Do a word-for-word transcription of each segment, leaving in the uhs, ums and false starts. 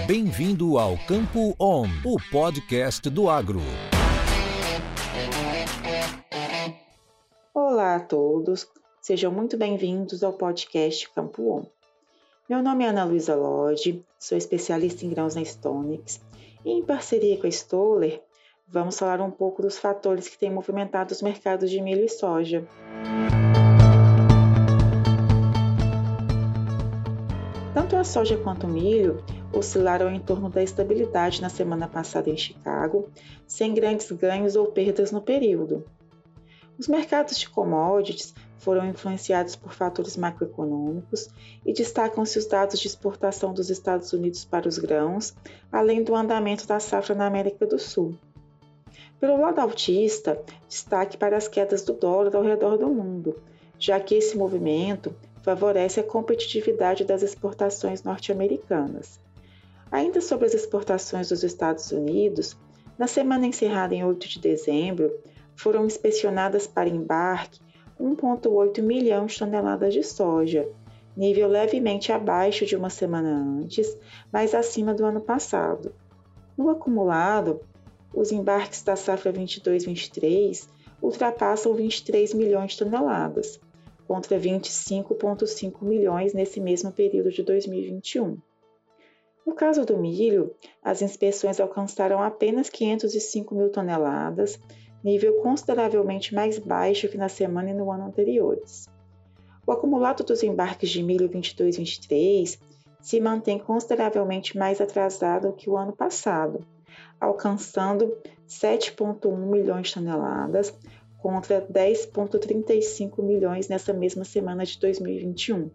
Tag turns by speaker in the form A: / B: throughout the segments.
A: Bem-vindo ao Campo On, o podcast do agro.
B: Olá a todos, sejam muito bem-vindos ao podcast Campo On. Meu nome é Ana Luísa Lodge, sou especialista em grãos na Stonex e, em parceria com a Stoller, vamos falar um pouco dos fatores que têm movimentado os mercados de milho e soja. Tanto a soja quanto o milho oscilaram em torno da estabilidade na semana passada em Chicago, sem grandes ganhos ou perdas no período. Os mercados de commodities foram influenciados por fatores macroeconômicos e destacam-se os dados de exportação dos Estados Unidos para os grãos, além do andamento da safra na América do Sul. Pelo lado altista, destaque para as quedas do dólar ao redor do mundo, já que esse movimento favorece a competitividade das exportações norte-americanas. Ainda sobre as exportações dos Estados Unidos, na semana encerrada em oito de dezembro, foram inspecionadas para embarque um vírgula oito milhão de toneladas de soja, nível levemente abaixo de uma semana antes, mas acima do ano passado. No acumulado, os embarques da safra vinte e dois vinte e três ultrapassam vinte e três milhões de toneladas, contra vinte e cinco vírgula cinco milhões nesse mesmo período de dois mil e vinte e um. No caso do milho, as inspeções alcançaram apenas quinhentas e cinco mil toneladas, nível consideravelmente mais baixo que na semana e no ano anteriores. O acumulado dos embarques de milho vinte e dois vinte e três se mantém consideravelmente mais atrasado que o ano passado, alcançando sete vírgula um milhões de toneladas, contra dez vírgula trinta e cinco milhões nessa mesma semana de dois mil e vinte e um.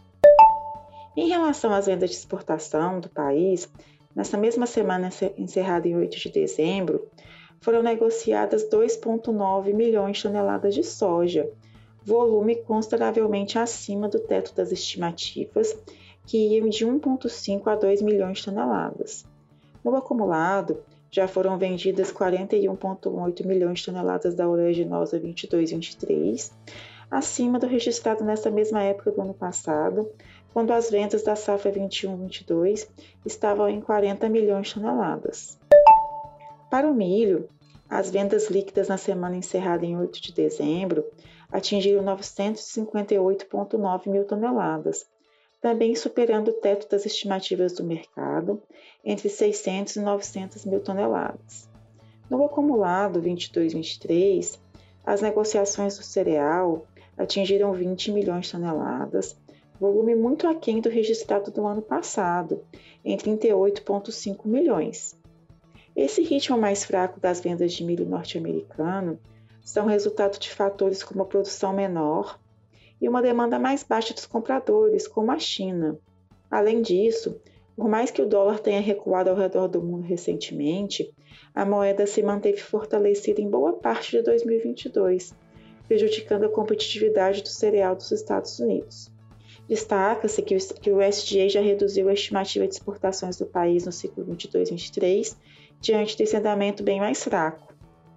B: Em relação às vendas de exportação do país, nessa mesma semana encerrada em oito de dezembro, foram negociadas dois vírgula nove milhões de toneladas de soja, volume consideravelmente acima do teto das estimativas, que iam de um vírgula cinco a dois milhões de toneladas. No acumulado, já foram vendidas quarenta e um vírgula oito milhões de toneladas da oleaginosa vinte e dois vinte e três, acima do registrado nessa mesma época do ano passado, quando as vendas da safra vinte e um vinte e dois estavam em quarenta milhões de toneladas. Para o milho, as vendas líquidas na semana encerrada em oito de dezembro atingiram novecentos e cinquenta e oito vírgula nove mil toneladas, também superando o teto das estimativas do mercado, entre seiscentos e novecentos mil toneladas. No acumulado vinte e dois vinte e três, as negociações do cereal atingiram vinte milhões de toneladas, volume muito aquém do registrado do ano passado, em trinta e oito vírgula cinco milhões. Esse ritmo mais fraco das vendas de milho norte-americano são resultado de fatores como a produção menor e uma demanda mais baixa dos compradores, como a China. Além disso, por mais que o dólar tenha recuado ao redor do mundo recentemente, a moeda se manteve fortalecida em boa parte de dois mil e vinte e dois, prejudicando a competitividade do cereal dos Estados Unidos. Destaca-se que o U S D A já reduziu a estimativa de exportações do país no ciclo vinte e dois vinte e três, diante desse andamento bem mais fraco.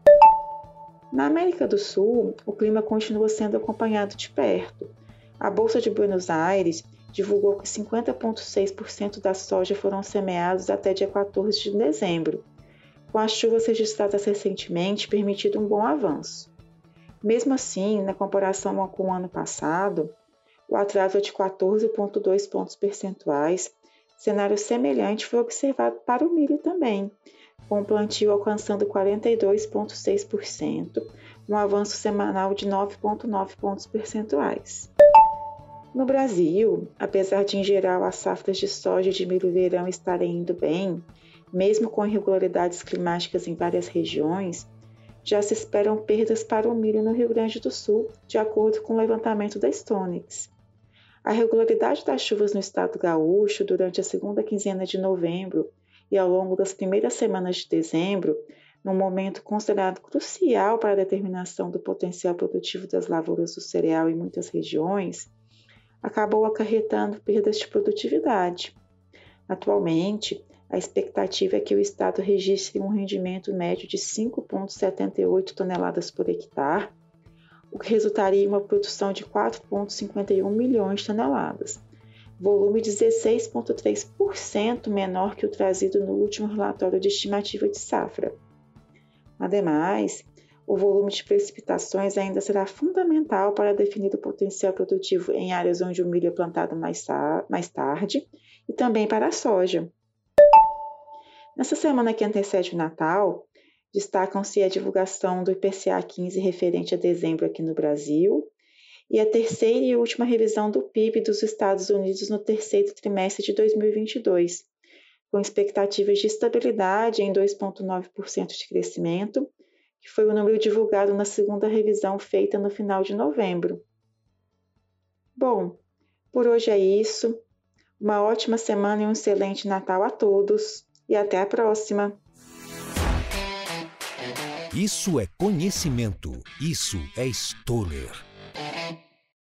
B: Na América do Sul, o clima continua sendo acompanhado de perto. A Bolsa de Buenos Aires divulgou que cinquenta vírgula seis por cento da soja foram semeados até dia quatorze de dezembro, com as chuvas registradas recentemente permitido um bom avanço. Mesmo assim, na comparação com o ano passado, o atraso é de quatorze vírgula dois pontos percentuais. Cenário semelhante foi observado para o milho também, com o plantio alcançando quarenta e dois vírgula seis por cento, um avanço semanal de nove vírgula nove pontos percentuais. No Brasil, apesar de em geral as safras de soja e de milho verão estarem indo bem, mesmo com irregularidades climáticas em várias regiões, já se esperam perdas para o milho no Rio Grande do Sul, de acordo com o levantamento da Stonex. A regularidade das chuvas no estado gaúcho durante a segunda quinzena de novembro e ao longo das primeiras semanas de dezembro, num momento considerado crucial para a determinação do potencial produtivo das lavouras do cereal em muitas regiões, acabou acarretando perdas de produtividade. Atualmente, a expectativa é que o estado registre um rendimento médio de cinco vírgula setenta e oito toneladas por hectare, o que resultaria em uma produção de quatro vírgula cinquenta e um milhões de toneladas, volume dezesseis vírgula três por cento menor que o trazido no último relatório de estimativa de safra. Ademais, o volume de precipitações ainda será fundamental para definir o potencial produtivo em áreas onde o milho é plantado mais, mais tarde e também para a soja. Nessa semana que antecede o Natal, destacam-se a divulgação do I P C A quinze referente a dezembro aqui no Brasil e a terceira e última revisão do P I B dos Estados Unidos no terceiro trimestre de dois mil e vinte e dois, com expectativas de estabilidade em dois vírgula nove por cento de crescimento, que foi o número divulgado na segunda revisão feita no final de novembro. Bom, por hoje é isso. Uma ótima semana e um excelente Natal a todos. E até a próxima!
A: Isso é conhecimento. Isso é Stoller.